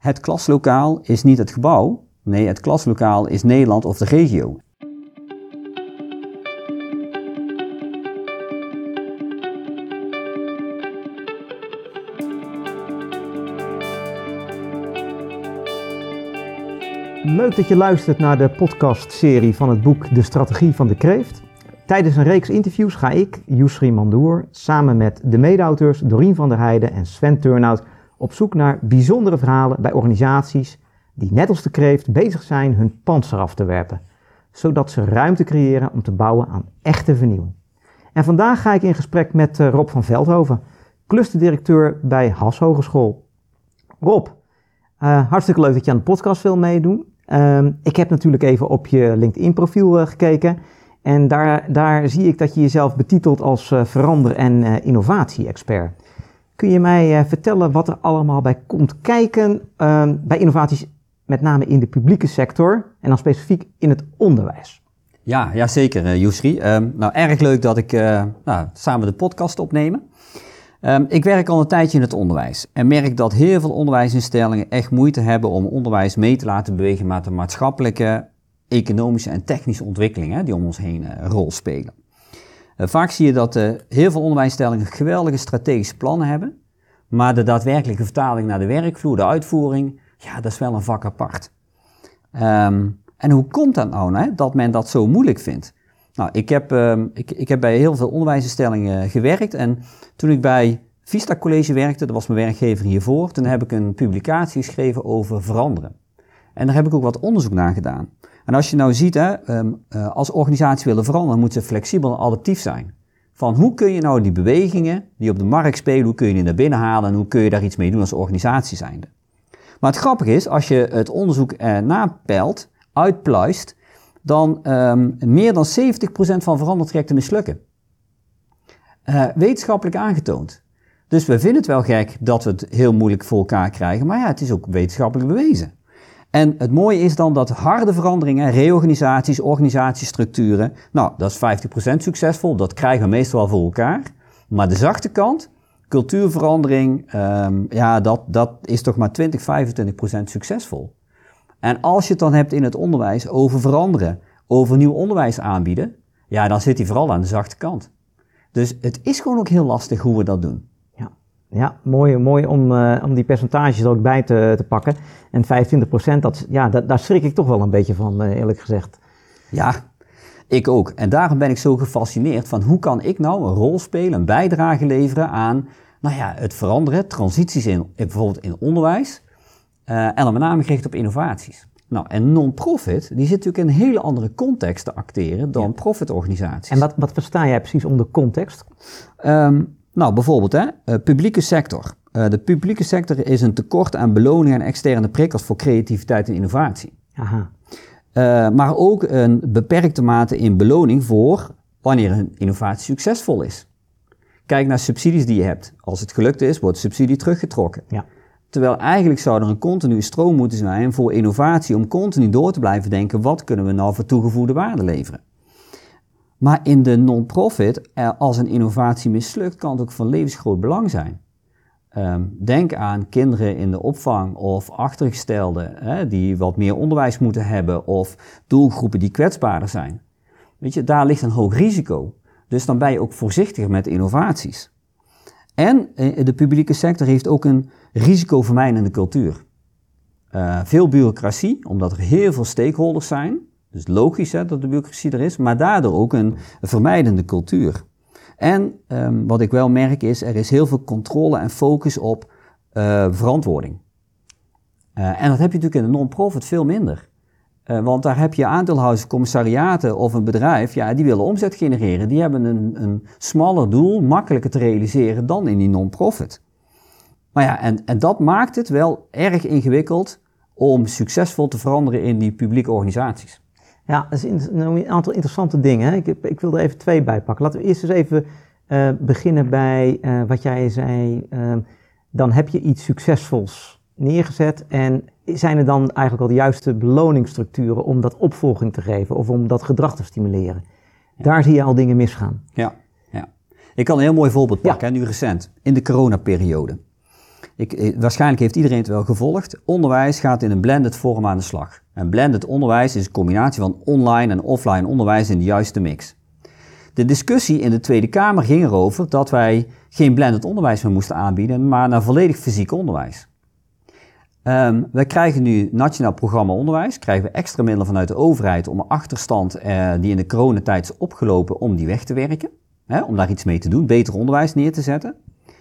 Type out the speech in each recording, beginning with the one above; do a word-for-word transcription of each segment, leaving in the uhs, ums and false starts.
Het klaslokaal is niet het gebouw, nee, het klaslokaal is Nederland of de regio. Leuk dat je luistert naar de podcastserie van het boek De Strategie van de Kreeft. Tijdens een reeks interviews ga ik, Yousri Mandoer, samen met de mede-auteurs Dorien van der Heijden en Sven Turnhout op zoek naar bijzondere verhalen bij organisaties die net als de kreeft bezig zijn hun pantser af te werpen, zodat ze ruimte creëren om te bouwen aan echte vernieuwing. En vandaag ga ik in gesprek met uh, Rob van Veldhoven, clusterdirecteur bij Haas Hogeschool. Rob, uh, hartstikke leuk dat je aan de podcast wil meedoen. Uh, ik heb natuurlijk even op je LinkedIn-profiel uh, gekeken en daar, daar zie ik dat je jezelf betitelt als uh, verander- en uh, innovatie-expert. Kun je mij uh, vertellen wat er allemaal bij komt kijken uh, bij innovaties, met name in de publieke sector en dan specifiek in het onderwijs? Ja, ja zeker, uh, Yousri. Um, nou, erg leuk dat ik uh, nou, samen de podcast opnemen. Um, ik werk al een tijdje in het onderwijs en merk dat heel veel onderwijsinstellingen echt moeite hebben om onderwijs mee te laten bewegen met de maatschappelijke, economische en technische ontwikkelingen die om ons heen uh, een rol spelen. Uh, vaak zie je dat uh, heel veel onderwijsinstellingen geweldige strategische plannen hebben, maar de daadwerkelijke vertaling naar de werkvloer, de uitvoering, ja, dat is wel een vak apart. Um, en hoe komt dat nou, hè, dat men dat zo moeilijk vindt? Nou, ik heb, uh, ik, ik heb bij heel veel onderwijsinstellingen gewerkt en toen ik bij Vista College werkte, dat was mijn werkgever hiervoor, toen heb ik een publicatie geschreven over veranderen. En daar heb ik ook wat onderzoek naar gedaan. En als je nou ziet, hè, um, uh, als organisatie willen veranderen, moet ze flexibel en adaptief zijn. Van hoe kun je nou die bewegingen die op de markt spelen, hoe kun je die naar binnen halen en hoe kun je daar iets mee doen als organisatie zijnde. Maar het grappige is, als je het onderzoek uh, napelt, uitpluist, dan um, meer dan zeventig procent van verandertrajecten mislukken. Uh, wetenschappelijk aangetoond. Dus we vinden het wel gek dat we het heel moeilijk voor elkaar krijgen, maar ja, het is ook wetenschappelijk bewezen. En het mooie is dan dat harde veranderingen, reorganisaties, organisatiestructuren, nou, dat is vijftig procent succesvol, dat krijgen we meestal wel voor elkaar. Maar de zachte kant, cultuurverandering, um, ja, dat, dat is toch maar twintig, vijfentwintig procent succesvol. En als je het dan hebt in het onderwijs over veranderen, over nieuw onderwijs aanbieden, ja, dan zit die vooral aan de zachte kant. Dus het is gewoon ook heel lastig hoe we dat doen. Ja, ja mooi, mooi om, uh, om die percentages er ook bij te, te pakken. En vijfentwintig procent, dat, ja, dat, daar schrik ik toch wel een beetje van, uh, eerlijk gezegd. Ja, ik ook. En daarom ben ik zo gefascineerd van hoe kan ik nou een rol spelen, een bijdrage leveren aan, nou ja, het veranderen, transities in, bijvoorbeeld in onderwijs. Uh, en dan met name gericht op innovaties. Nou, en non-profit, die zit natuurlijk in een hele andere context te acteren dan ja. profitorganisaties. En wat, wat versta jij precies onder context? Um, nou, bijvoorbeeld, hè, uh, publieke sector. Uh, de publieke sector is een tekort aan beloningen en externe prikkels voor creativiteit en innovatie. Aha. Uh, maar ook een beperkte mate in beloning voor wanneer een innovatie succesvol is. Kijk naar subsidies die je hebt. Als het gelukt is, wordt de subsidie teruggetrokken. Ja. Terwijl eigenlijk zou er een continue stroom moeten zijn voor innovatie om continu door te blijven denken, wat kunnen we nou voor toegevoegde waarde leveren? Maar in de non-profit, als een innovatie mislukt, kan het ook van levensgroot belang zijn. Um, denk aan kinderen in de opvang of achtergestelden hè, die wat meer onderwijs moeten hebben of doelgroepen die kwetsbaarder zijn. Weet je, daar ligt een hoog risico. Dus dan ben je ook voorzichtiger met innovaties. En de publieke sector heeft ook een risicovermijdende cultuur. Uh, veel bureaucratie, omdat er heel veel stakeholders zijn. Dus logisch hè, dat de bureaucratie er is, maar daardoor ook een vermijdende cultuur. En um, wat ik wel merk is, er is heel veel controle en focus op uh, verantwoording. Uh, en dat heb je natuurlijk in de non-profit veel minder. Uh, want daar heb je aandeelhouders, commissariaten of een bedrijf, ja, die willen omzet genereren. Die hebben een, een smaller doel, makkelijker te realiseren dan in die non-profit. Maar ja, en, en dat maakt het wel erg ingewikkeld om succesvol te veranderen in die publieke organisaties. Ja, dat is een aantal interessante dingen. Hè? Ik, ik wil er even twee bij pakken. Laten we eerst eens even uh, beginnen bij uh, wat jij zei. Uh, dan heb je iets succesvols neergezet en zijn er dan eigenlijk al de juiste beloningsstructuren om dat opvolging te geven of om dat gedrag te stimuleren? Ja. Daar zie je al dingen misgaan. Ja, ja. Ik kan een heel mooi voorbeeld pakken, ja. hè, nu recent, in de coronaperiode. Ik, eh, waarschijnlijk heeft iedereen het wel gevolgd. Onderwijs gaat in een blended vorm aan de slag. En blended onderwijs is een combinatie van online en offline onderwijs in de juiste mix. De discussie in de Tweede Kamer ging erover dat wij geen blended onderwijs meer moesten aanbieden, maar naar volledig fysiek onderwijs. Um, wij krijgen nu Nationaal Programma Onderwijs, krijgen we extra middelen vanuit de overheid om een achterstand uh, die in de coronatijd is opgelopen, om die weg te werken. Hè, om daar iets mee te doen, beter onderwijs neer te zetten.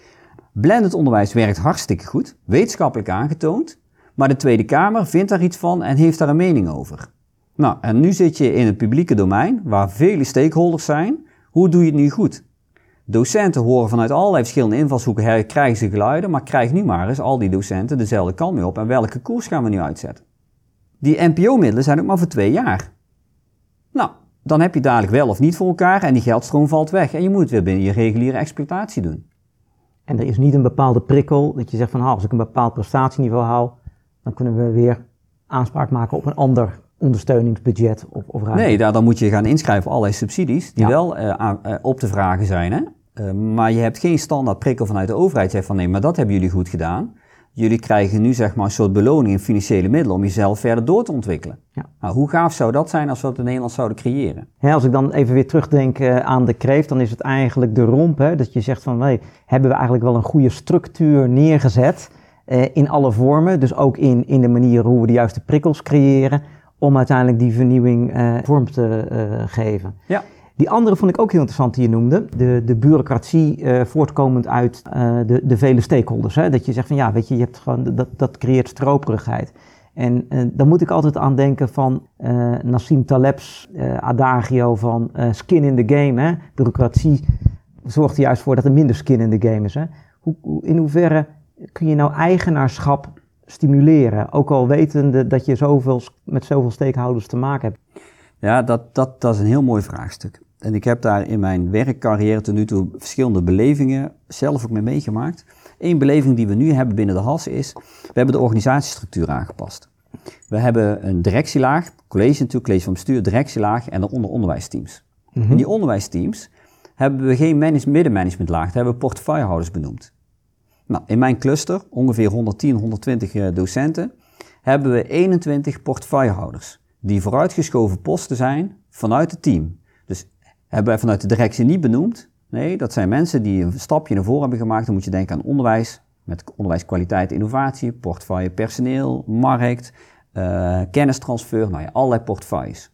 Blended onderwijs werkt hartstikke goed, wetenschappelijk aangetoond, maar de Tweede Kamer vindt daar iets van en heeft daar een mening over. Nou, en nu zit je in het publieke domein, waar vele stakeholders zijn. Hoe doe je het nu goed? Docenten horen vanuit allerlei verschillende invalshoeken, her, krijgen ze geluiden, maar krijg nu maar eens al die docenten dezelfde kant mee op. En welke koers gaan we nu uitzetten? Die N P O-middelen zijn ook maar voor twee jaar. Nou, dan heb je dadelijk wel of niet voor elkaar en die geldstroom valt weg. En je moet het weer binnen je reguliere exploitatie doen. En er is niet een bepaalde prikkel dat je zegt van, als ik een bepaald prestatieniveau haal, dan kunnen we weer aanspraak maken op een ander ondersteuningsbudget of, of ruimte. Nee, daar, dan moet je gaan inschrijven voor allerlei subsidies die ja. wel uh, aan, uh, op te vragen zijn. Hè? Uh, maar je hebt geen standaard prikkel vanuit de overheid. Zegt van nee, maar dat hebben jullie goed gedaan. Jullie krijgen nu zeg maar een soort beloning in financiële middelen om jezelf verder door te ontwikkelen. Ja. Nou, hoe gaaf zou dat zijn als we dat in Nederland zouden creëren? Hè, als ik dan even weer terugdenk uh, aan de kreeft, dan is het eigenlijk de romp. Hè, dat je zegt van nee, hebben we eigenlijk wel een goede structuur neergezet uh, in alle vormen. Dus ook in, in de manier hoe we de juiste prikkels creëren om uiteindelijk die vernieuwing uh, vorm te uh, geven. Ja. Die andere vond ik ook heel interessant die je noemde. De, de bureaucratie uh, voortkomend uit uh, de, de vele stakeholders. Hè? Dat je zegt van ja, weet je, je hebt gewoon, dat, dat creëert stroperigheid. En uh, dan moet ik altijd aan denken van uh, Nassim Taleb's uh, adagio van uh, skin in the game. Hè? Bureaucratie zorgt er juist voor dat er minder skin in the game is. Hè? Hoe, hoe, in hoeverre kun je nou eigenaarschap stimuleren, ook al wetende dat je zoveel, met zoveel stakeholders te maken hebt? Ja, dat, dat, dat is een heel mooi vraagstuk. En ik heb daar in mijn werkcarrière tot nu toe verschillende belevingen zelf ook mee meegemaakt. Eén beleving die we nu hebben binnen de H A S is, we hebben de organisatiestructuur aangepast. We hebben een directielaag, college natuurlijk, college van bestuur, directielaag en daaronder onderwijsteams. Mm-hmm. In die onderwijsteams hebben we geen manage- middenmanagementlaag, daar hebben we portefeuillehouders benoemd. Nou, in mijn cluster, ongeveer honderdtien, honderdtwintig docenten, hebben we eenentwintig portefeuillehouders die vooruitgeschoven posten zijn vanuit het team. Dus hebben wij vanuit de directie niet benoemd. Nee, dat zijn mensen die een stapje naar voren hebben gemaakt. Dan moet je denken aan onderwijs, met onderwijskwaliteit, innovatie, portefeuille personeel, markt, uh, kennistransfer, nou ja, allerlei portefeuilles.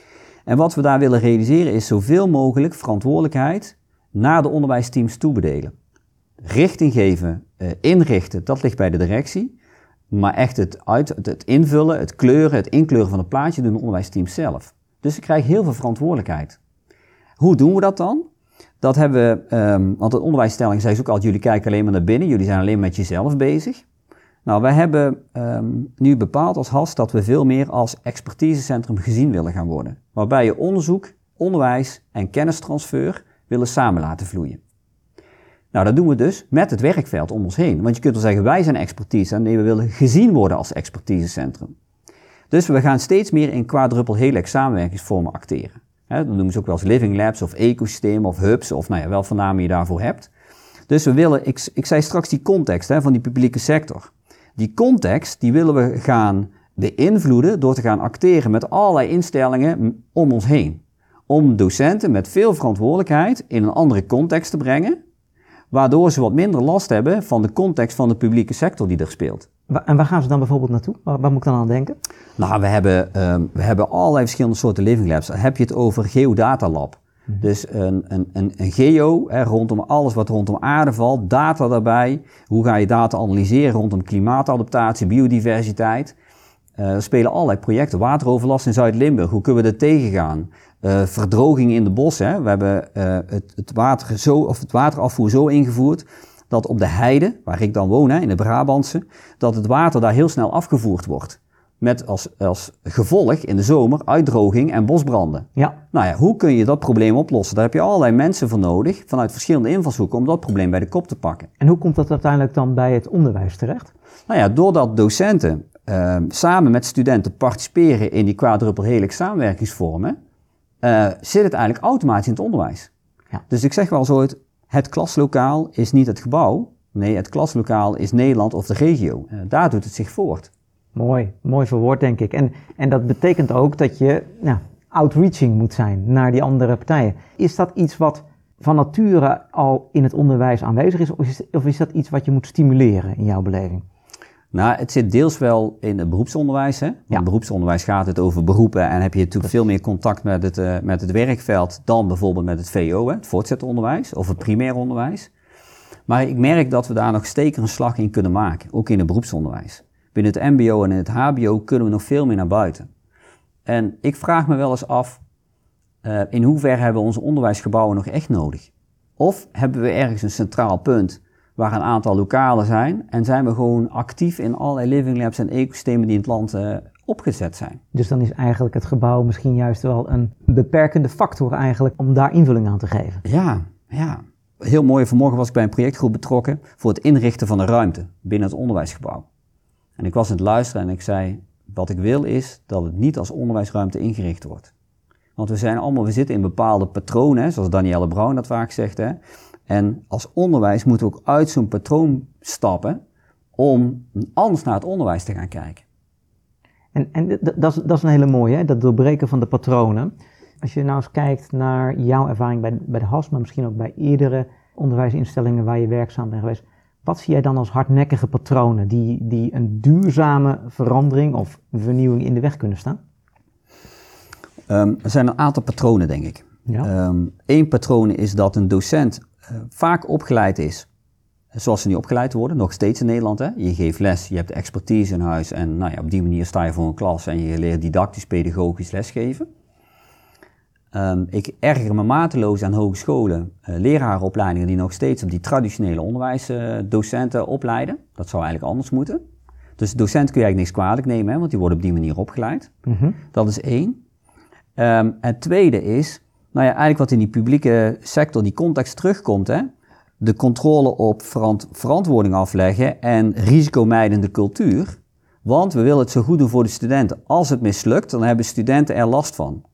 En wat we daar willen realiseren is zoveel mogelijk verantwoordelijkheid naar de onderwijsteams toebedelen. Richting geven, uh, inrichten, dat ligt bij de directie. Maar echt het, uit, het invullen, het kleuren, het inkleuren van het plaatje doen de onderwijsteams zelf. Dus ze krijgen heel veel verantwoordelijkheid. Hoe doen we dat dan? Dat hebben we, um, want de onderwijsstelling zei ook altijd, jullie kijken alleen maar naar binnen, jullie zijn alleen met jezelf bezig. Nou, wij hebben um, nu bepaald als H A S dat we veel meer als expertisecentrum gezien willen gaan worden. Waarbij je onderzoek, onderwijs en kennistransfer willen samen laten vloeien. Nou, dat doen we dus met het werkveld om ons heen. Want je kunt wel zeggen, wij zijn expertise. Nee, we willen gezien worden als expertisecentrum. Dus we gaan steeds meer in quadruple helix samenwerkingsvormen acteren. He, dat noemen ze ook wel eens living labs of ecosystemen of hubs of nou ja, welke namen je daarvoor hebt. Dus we willen, ik, ik zei straks die context hè, van die publieke sector. Die context, die willen we gaan beïnvloeden door te gaan acteren met allerlei instellingen om ons heen. Om docenten met veel verantwoordelijkheid in een andere context te brengen, waardoor ze wat minder last hebben van de context van de publieke sector die er speelt. En waar gaan ze dan bijvoorbeeld naartoe? Waar, waar moet ik dan aan denken? Nou, we hebben, um, we hebben allerlei verschillende soorten living labs. Dan heb je het over Geodata Lab. Mm-hmm. Dus een, een, een, een geo, hè, rondom alles wat rondom aarde valt, data daarbij. Hoe ga je data analyseren rondom klimaatadaptatie, biodiversiteit. Uh, er spelen allerlei projecten. Wateroverlast in Zuid-Limburg, hoe kunnen we dat tegengaan? Uh, verdroging in de bossen. Hè. We hebben uh, het, het, water zo, of het waterafvoer zo ingevoerd dat op de heide, waar ik dan woon, hè, in de Brabantse, dat het water daar heel snel afgevoerd wordt. Met als, als gevolg in de zomer uitdroging en bosbranden. Ja. Nou ja, hoe kun je dat probleem oplossen? Daar heb je allerlei mensen voor nodig, vanuit verschillende invalshoeken, om dat probleem bij de kop te pakken. En hoe komt dat uiteindelijk dan bij het onderwijs terecht? Nou ja, doordat docenten uh, samen met studenten participeren in die quadruple helix samenwerkingsvormen, uh, zit het eigenlijk automatisch in het onderwijs. Ja. Dus ik zeg wel zo, het, het klaslokaal is niet het gebouw, Nee, het klaslokaal is Nederland of de regio. Uh, daar doet het zich voort. Mooi, mooi verwoord denk ik. En, en dat betekent ook dat je nou, outreaching moet zijn naar die andere partijen. Is dat iets wat van nature al in het onderwijs aanwezig is, of is, of is dat iets wat je moet stimuleren in jouw beleving? Nou, het zit deels wel in het beroepsonderwijs. Hè? In ja. het beroepsonderwijs gaat het over beroepen en heb je natuurlijk veel meer contact met het, uh, met het werkveld dan bijvoorbeeld met het V O, hè? Het voortgezet onderwijs of het primair onderwijs. Maar ik merk dat we daar nog steeds een slag in kunnen maken, ook in het beroepsonderwijs. Binnen het M B O en in het H B O kunnen we nog veel meer naar buiten. En ik vraag me wel eens af, uh, in hoeverre hebben we onze onderwijsgebouwen nog echt nodig? Of hebben we ergens een centraal punt waar een aantal lokalen zijn en zijn we gewoon actief in allerlei living labs en ecosystemen die in het land uh, opgezet zijn. Dus dan is eigenlijk het gebouw misschien juist wel een beperkende factor eigenlijk om daar invulling aan te geven. Ja, ja. Heel mooi, vanmorgen was ik bij een projectgroep betrokken voor het inrichten van een ruimte binnen het onderwijsgebouw. En ik was aan het luisteren en ik zei, wat ik wil is dat het niet als onderwijsruimte ingericht wordt. Want we zijn allemaal, we zitten in bepaalde patronen, zoals Danielle Brown dat vaak zegt, hè. En als onderwijs moeten we ook uit zo'n patroon stappen om anders naar het onderwijs te gaan kijken. En, en d- dat, is, dat is een hele mooie, hè? Dat doorbreken van de patronen. Als je nou eens kijkt naar jouw ervaring bij, bij de H A S, maar misschien ook bij eerdere onderwijsinstellingen waar je werkzaam bent geweest. Wat zie jij dan als hardnekkige patronen die, die een duurzame verandering of vernieuwing in de weg kunnen staan? Um, er zijn een aantal patronen, denk ik. Ja. Um, Eén patroon is dat een docent uh, vaak opgeleid is, zoals ze nu opgeleid worden, nog steeds in Nederland. Hè? Je geeft les, je hebt expertise in huis en nou ja, op die manier sta je voor een klas en je leert didactisch, pedagogisch lesgeven. Um, ik erger me mateloos aan hogescholen, uh, lerarenopleidingen die nog steeds op die traditionele onderwijsdocenten uh, opleiden. Dat zou eigenlijk anders moeten. Dus docent kun je eigenlijk niks kwalijk nemen, hè, want die worden op die manier opgeleid. Mm-hmm. Dat is één. Um, het tweede is, nou ja, eigenlijk wat in die publieke sector, die context terugkomt, hè. De controle op verant- verantwoording afleggen en risicomijdende cultuur. Want we willen het zo goed doen voor de studenten. Als het mislukt, dan hebben studenten er last van.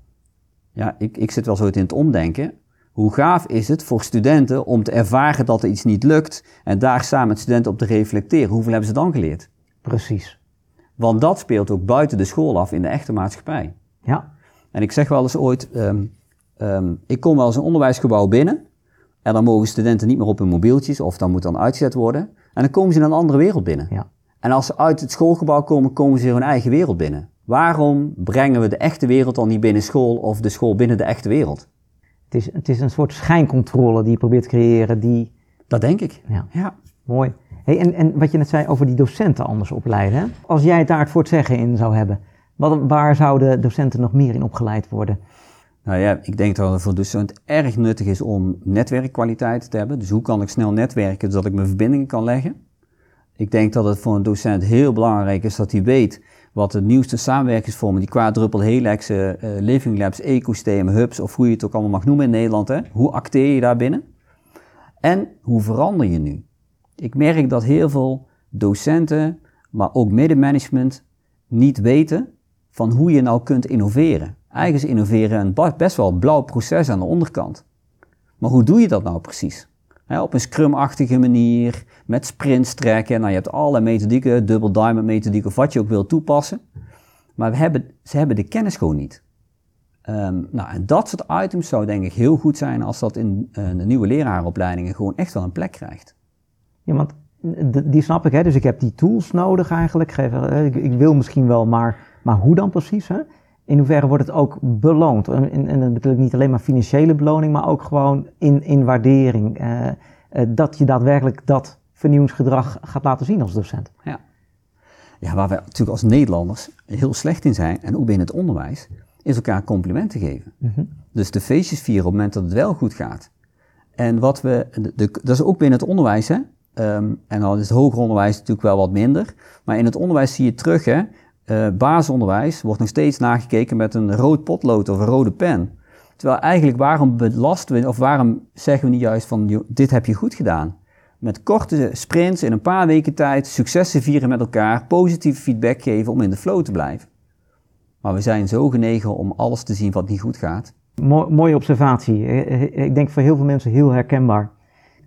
Ja, ik, ik zit wel zo in het omdenken. Hoe gaaf is het voor studenten om te ervaren dat er iets niet lukt en daar samen met studenten op te reflecteren? Hoeveel hebben ze dan geleerd? Precies. Want dat speelt ook buiten de school af in de echte maatschappij. Ja. En ik zeg wel eens ooit, um, um, ik kom wel eens een onderwijsgebouw binnen en dan mogen studenten niet meer op hun mobieltjes of dan moet dan uitgezet worden. En dan komen ze in een andere wereld binnen. Ja. En als ze uit het schoolgebouw komen, komen ze in hun eigen wereld binnen. Waarom brengen we de echte wereld dan niet binnen school of de school binnen de echte wereld? Het is, het is een soort schijncontrole die je probeert te creëren. Die... Dat denk ik. Ja, ja. Mooi. Hey, en, en wat je net zei over die docenten anders opleiden. Hè? Als jij het daar het voor het zeggen in zou hebben, wat, waar zouden docenten nog meer in opgeleid worden? Nou ja, ik denk dat het voor docenten erg nuttig is om netwerkkwaliteit te hebben. Dus hoe kan ik snel netwerken zodat ik mijn verbindingen kan leggen? Ik denk dat het voor een docent heel belangrijk is dat hij weet wat de nieuwste samenwerkingsvormen, die quadruple helixen, uh, living labs, ecosystemen, hubs of hoe je het ook allemaal mag noemen in Nederland, hè? Hoe acteer je daar binnen? En hoe verander je nu? Ik merk dat heel veel docenten, maar ook middenmanagement, niet weten van hoe je nou kunt innoveren. Eigenlijk is innoveren een best wel blauw proces aan de onderkant. Maar hoe doe je dat nou precies? He, op een scrum-achtige manier, met sprints trekken. Nou, je hebt allerlei methodieken, double diamond methodiek of wat je ook wil toepassen. Maar we hebben, ze hebben de kennis gewoon niet. Um, nou, en dat soort items zou denk ik heel goed zijn als dat in uh, de nieuwe lerarenopleidingen gewoon echt wel een plek krijgt. Ja, want die snap ik, hè? Dus ik heb die tools nodig eigenlijk. Ik, ik wil misschien wel, maar, maar hoe dan precies? Hè? In hoeverre wordt het ook beloond? En, en dat bedoel ik niet alleen maar financiële beloning, maar ook gewoon in, in waardering. Uh, uh, dat je daadwerkelijk dat vernieuwingsgedrag gaat laten zien als docent. Ja, ja, waar we natuurlijk als Nederlanders heel slecht in zijn, en ook binnen het onderwijs, is elkaar complimenten geven. Mm-hmm. Dus de feestjes vieren op het moment dat het wel goed gaat. En wat we, de, de, dat is ook binnen het onderwijs, hè. Um, en dan is het hoger onderwijs natuurlijk wel wat minder. Maar in het onderwijs zie je terug, hè. Uh, basisonderwijs wordt nog steeds nagekeken met een rood potlood of een rode pen. Terwijl eigenlijk waarom belasten we, of waarom zeggen we niet juist van, joh, dit heb je goed gedaan. Met korte sprints in een paar weken tijd, successen vieren met elkaar, positieve feedback geven om in de flow te blijven. Maar we zijn zo genegen om alles te zien wat niet goed gaat. Mo- mooie observatie. Ik denk voor heel veel mensen heel herkenbaar.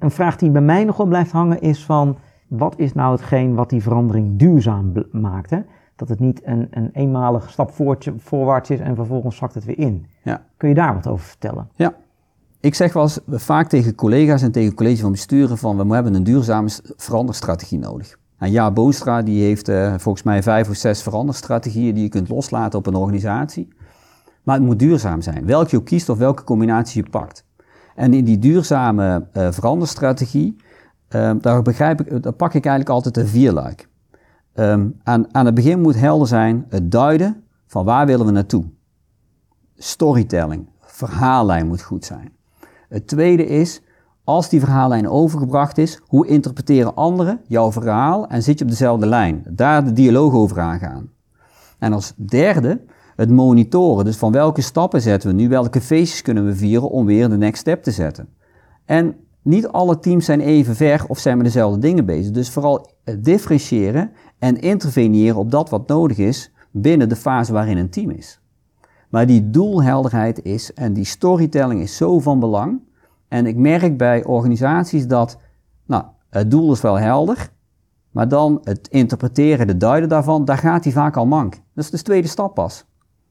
Een vraag die bij mij nog wel blijft hangen is van, wat is nou hetgeen wat die verandering duurzaam bl- maakt? Hè? Dat het niet een, een eenmalige stap voortje, voorwaarts is en vervolgens zakt het weer in. Ja. Kun je daar wat over vertellen? Ja. Ik zeg wel eens vaak tegen collega's en tegen het college van besturen van we hebben een duurzame veranderstrategie nodig. En Ja Boonstra die heeft uh, volgens mij vijf of zes veranderstrategieën die je kunt loslaten op een organisatie. Maar het moet duurzaam zijn. Welke je ook kiest of welke combinatie je pakt. En in die duurzame uh, veranderstrategie, uh, daar, begrijp ik, daar pak ik eigenlijk altijd een vierluik. Um, aan, aan het begin moet helder zijn het duiden van waar willen we naartoe. Storytelling, verhaallijn moet goed zijn. Het tweede is, als die verhaallijn overgebracht is, hoe interpreteren anderen jouw verhaal en zit je op dezelfde lijn? Daar de dialoog over aangaan. En als derde, het monitoren. Dus van welke stappen zetten we nu, welke feestjes kunnen we vieren om weer de next step te zetten. En niet alle teams zijn even ver of zijn met dezelfde dingen bezig. Dus vooral differentiëren en interveneren op dat wat nodig is binnen de fase waarin een team is. Maar die doelhelderheid is en die storytelling is zo van belang. En ik merk bij organisaties dat, nou, het doel is wel helder, maar dan het interpreteren, de duiden daarvan, daar gaat hij vaak al mank. Dat is de tweede stap pas.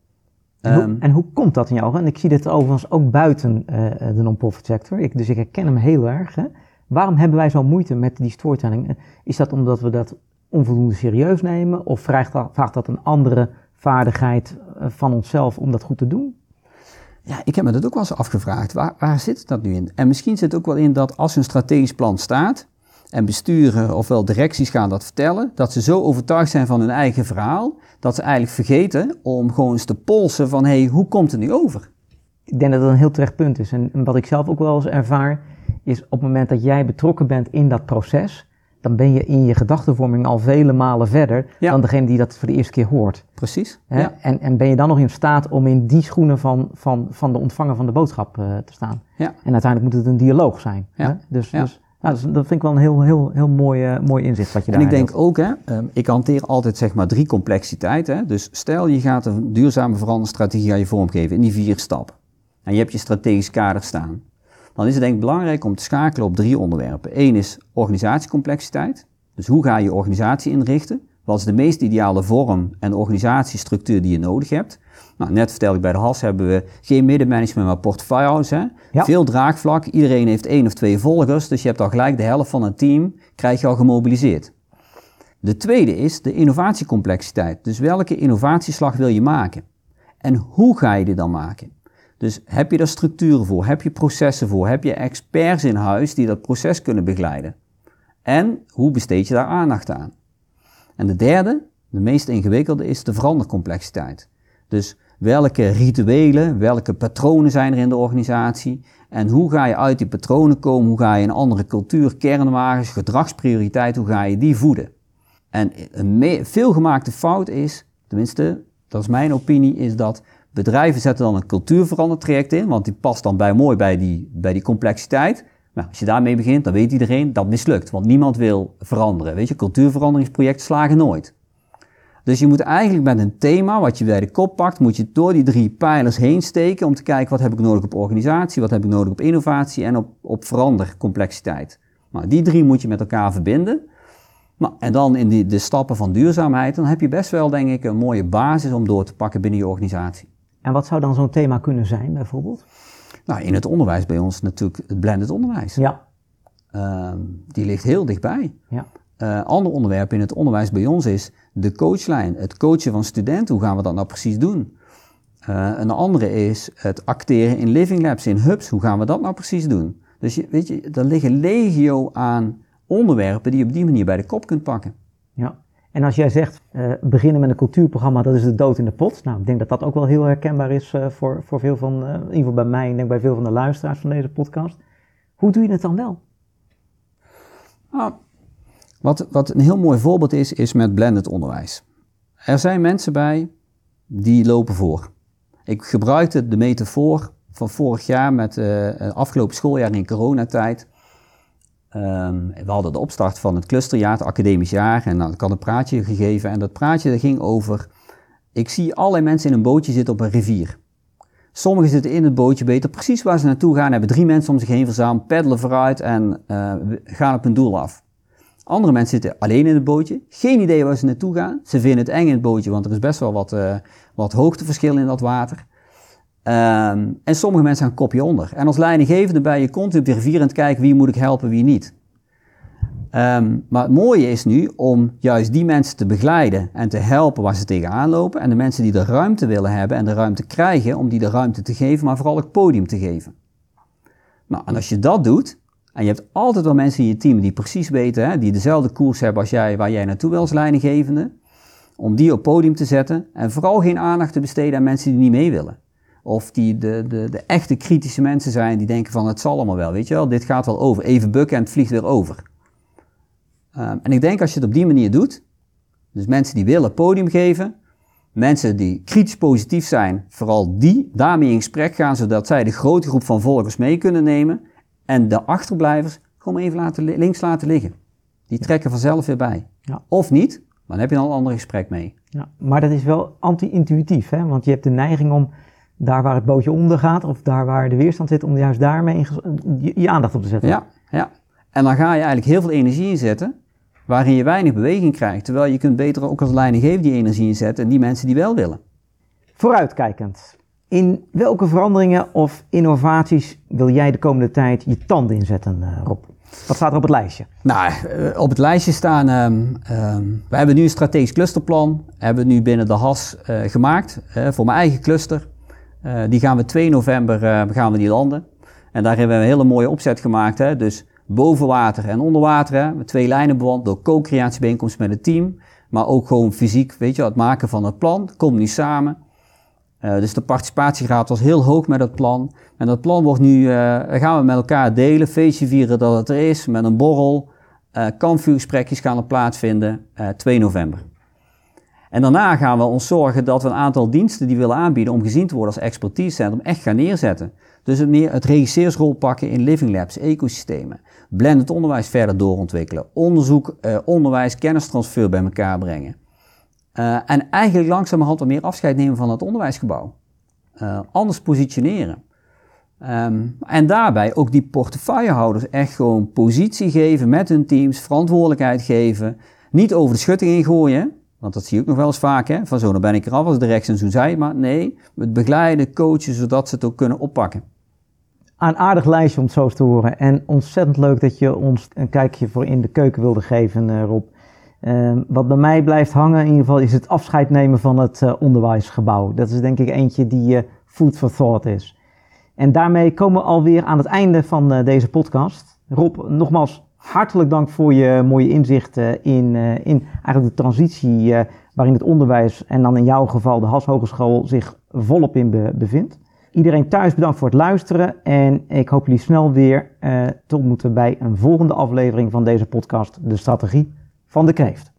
En hoe, Um, en hoe komt dat in jou? En ik zie dit overigens ook buiten uh, de non-profit sector. Ik, dus ik herken hem heel erg. Hè? Waarom hebben wij zo moeite met die storytelling? Is dat omdat we dat onvoldoende serieus nemen? Of vraagt dat, vraagt dat een andere vaardigheid van onszelf om dat goed te doen? Ja, ik heb me dat ook wel eens afgevraagd. Waar, waar zit dat nu in? En misschien zit het ook wel in dat als een strategisch plan staat en besturen ofwel directies gaan dat vertellen, dat ze zo overtuigd zijn van hun eigen verhaal, dat ze eigenlijk vergeten om gewoon eens te polsen van, hé, hey, hoe komt het nu over? Ik denk dat dat een heel terecht punt is. En, en wat ik zelf ook wel eens ervaar, is op het moment dat jij betrokken bent in dat proces, dan ben je in je gedachtenvorming al vele malen verder ja. dan degene die dat voor de eerste keer hoort. Precies. Hè? Ja. En, en ben je dan nog in staat om in die schoenen van, van, van de ontvanger van de boodschap uh, te staan. Ja. En uiteindelijk moet het een dialoog zijn. Ja. Hè? Dus, ja. dus nou, dat vind ik wel een heel, heel, heel mooi, uh, mooi inzicht wat je daar En ik denk hebt. ook, hè, um, ik hanteer altijd zeg maar drie complexiteiten. Hè? Dus stel je gaat een duurzame veranderstrategie aan je vormgeven in die vier stappen. En je hebt je strategisch kader staan. Dan is het denk ik belangrijk om te schakelen op drie onderwerpen. Eén is organisatiecomplexiteit. Dus hoe ga je je organisatie inrichten? Wat is de meest ideale vorm en organisatiestructuur die je nodig hebt? Nou, net vertelde ik bij de H A S hebben we geen middenmanagement, maar portefeuilles. Hè? Ja. Veel draagvlak, iedereen heeft één of twee volgers, dus je hebt al gelijk de helft van een team, krijg je al gemobiliseerd. De tweede is de innovatiecomplexiteit. Dus welke innovatieslag wil je maken? En hoe ga je die dan maken? Dus heb je daar structuren voor? Heb je processen voor? Heb je experts in huis die dat proces kunnen begeleiden? En hoe besteed je daar aandacht aan? En de derde, de meest ingewikkelde, is de verandercomplexiteit. Dus welke rituelen, welke patronen zijn er in de organisatie? En hoe ga je uit die patronen komen? Hoe ga je een andere cultuur, kernwaarden, gedragsprioriteit, hoe ga je die voeden? En een me- veelgemaakte fout is, tenminste, dat is mijn opinie, is dat bedrijven zetten dan een cultuurverandertraject in, want die past dan bij, mooi bij die, bij die complexiteit. Nou, als je daarmee begint, dan weet iedereen dat mislukt, want niemand wil veranderen. Weet je, cultuurveranderingsprojecten slagen nooit. Dus je moet eigenlijk met een thema, wat je bij de kop pakt, moet je door die drie pijlers heen steken om te kijken wat heb ik nodig op organisatie, wat heb ik nodig op innovatie en op, op verandercomplexiteit. Nou, die drie moet je met elkaar verbinden. Nou, en dan in die, de stappen van duurzaamheid, dan heb je best wel, denk ik, een mooie basis om door te pakken binnen je organisatie. En wat zou dan zo'n thema kunnen zijn, bijvoorbeeld? Nou, in het onderwijs bij ons natuurlijk het blended onderwijs. Ja. Uh, die ligt heel dichtbij. Ja. Uh, ander onderwerp in het onderwijs bij ons is de coachlijn. Het coachen van studenten, hoe gaan we dat nou precies doen? Uh, een andere is het acteren in living labs, in hubs. Hoe gaan we dat nou precies doen? Dus je, weet je, er liggen legio aan onderwerpen die je op die manier bij de kop kunt pakken. Ja. En als jij zegt, uh, beginnen met een cultuurprogramma, dat is de dood in de pot. Nou, ik denk dat dat ook wel heel herkenbaar is uh, voor, voor veel van, uh, in ieder geval bij mij, en denk bij veel van de luisteraars van deze podcast. Hoe doe je het dan wel? Nou, wat, wat een heel mooi voorbeeld is, is met blended onderwijs. Er zijn mensen bij die lopen voor. Ik gebruikte de metafoor van vorig jaar met uh, het afgelopen schooljaar in coronatijd. Um, we hadden de opstart van het clusterjaar, het academisch jaar, en nou, ik had een praatje gegeven. En dat praatje dat ging over, ik zie allerlei mensen in een bootje zitten op een rivier. Sommigen zitten in het bootje, weten precies waar ze naartoe gaan, hebben drie mensen om zich heen verzameld, peddelen vooruit en uh, gaan op hun doel af. Andere mensen zitten alleen in het bootje, geen idee waar ze naartoe gaan. Ze vinden het eng in het bootje, want er is best wel wat, uh, wat hoogteverschil in dat water. Um, en sommige mensen gaan kopje onder. En als leidinggevende ben je continu op de rivier aan het kijken wie moet ik helpen, wie niet. Um, maar het mooie is nu om juist die mensen te begeleiden en te helpen waar ze tegenaan lopen. En de mensen die de ruimte willen hebben en de ruimte krijgen, om die de ruimte te geven, maar vooral het podium te geven. Nou, en als je dat doet, en je hebt altijd wel mensen in je team die precies weten, hè, die dezelfde koers hebben als jij, waar jij naartoe wil als leidinggevende, om die op podium te zetten en vooral geen aandacht te besteden aan mensen die niet mee willen. Of die de, de, de echte kritische mensen zijn die denken van het zal allemaal wel, weet je wel, dit gaat wel over. Even bukken en het vliegt weer over. Um, en ik denk als je het op die manier doet, dus mensen die willen podium geven, mensen die kritisch positief zijn, vooral die daarmee in gesprek gaan, zodat zij de grote groep van volgers mee kunnen nemen en de achterblijvers gewoon even laten, links laten liggen. Die trekken vanzelf weer bij. Ja. Of niet, maar dan heb je dan een ander gesprek mee. Ja, maar dat is wel anti-intuïtief, hè? Want je hebt de neiging om daar waar het bootje onder gaat, of daar waar de weerstand zit, om juist daarmee in, je, je aandacht op te zetten. Ja, ja, en dan ga je eigenlijk heel veel energie inzetten, waarin je weinig beweging krijgt. Terwijl je kunt beter ook als leidinggever die energie inzetten en die mensen die wel willen. Vooruitkijkend. In welke veranderingen of innovaties wil jij de komende tijd je tanden inzetten, Rob? Wat staat er op het lijstje? Nou, op het lijstje staan, um, um, we hebben nu een strategisch clusterplan, hebben we nu binnen de H A S uh, gemaakt, uh, voor mijn eigen cluster. Uh, die gaan we twee november uh, gaan we die landen. En daar hebben we een hele mooie opzet gemaakt. Hè? Dus boven water en onder water. Hè? Met twee lijnen bewand door co-creatiebijeenkomst met het team. Maar ook gewoon fysiek, weet je, het maken van het plan. Komt nu samen. Uh, dus de participatiegraad was heel hoog met het plan. En dat plan wordt nu, uh, gaan we met elkaar delen. Feestje vieren dat het er is. Met een borrel. Uh, kampvuurgesprekjes gaan er plaatsvinden. Uh, twee november. En daarna gaan we ons zorgen dat we een aantal diensten die we willen aanbieden om gezien te worden als expertisecentrum echt gaan neerzetten. Dus het meer het regisseursrol pakken in living labs, ecosystemen. Blended onderwijs verder doorontwikkelen. Onderzoek, uh, onderwijs, kennistransfer bij elkaar brengen. Uh, en eigenlijk langzamerhand wat meer afscheid nemen van het onderwijsgebouw. Uh, anders positioneren. Um, en daarbij ook die portefeuillehouders echt gewoon positie geven met hun teams, verantwoordelijkheid geven. Niet over de schutting heen gooien. Want dat zie je ook nog wel eens vaak, hè? Van zo, dan ben ik eraf als de rechts en zo zei. Maar nee, het begeleiden, coachen, zodat ze het ook kunnen oppakken. Een aardig lijstje om het zo eens te horen. En ontzettend leuk dat je ons een kijkje voor in de keuken wilde geven, uh, Rob. Uh, wat bij mij blijft hangen in ieder geval is het afscheid nemen van het uh, onderwijsgebouw. Dat is denk ik eentje die uh, food for thought is. En daarmee komen we alweer aan het einde van uh, deze podcast. Rob, nogmaals hartelijk dank voor je mooie inzichten in, uh, in eigenlijk de transitie uh, waarin het onderwijs en dan in jouw geval de H A S Hogeschool zich volop in be- bevindt. Iedereen thuis bedankt voor het luisteren en ik hoop jullie snel weer uh, te ontmoeten bij een volgende aflevering van deze podcast, De Strategie van de Kreeft.